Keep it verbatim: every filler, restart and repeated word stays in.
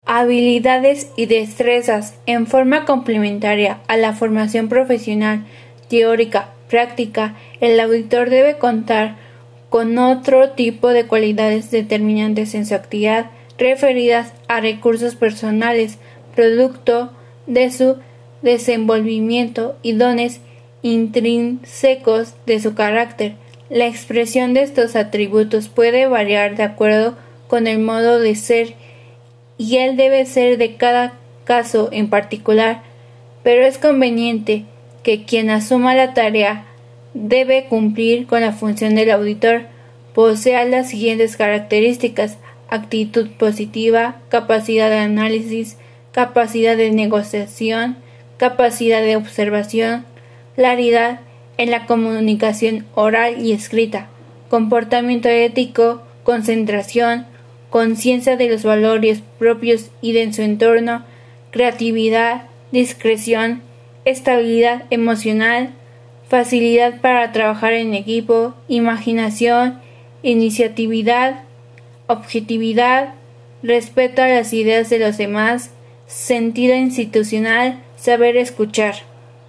habilidades y destrezas en forma complementaria a la formación profesional, teórica, práctica. El auditor debe contar con otro tipo de cualidades determinantes en su actividad referidas a recursos personales, producto de su desenvolvimiento y dones intrínsecos de su carácter. La expresión de estos atributos puede variar de acuerdo con el modo de ser y él debe ser de cada caso en particular, pero es conveniente que quien asuma la tarea debe cumplir con la función del auditor, posea las siguientes características: actitud positiva, capacidad de análisis, capacidad de negociación, capacidad de observación, claridad en la comunicación oral y escrita, comportamiento ético, concentración, conciencia de los valores propios y de su entorno, creatividad, discreción, estabilidad emocional, facilidad para trabajar en equipo, imaginación, iniciatividad, objetividad, respeto a las ideas de los demás, sentido institucional, saber escuchar.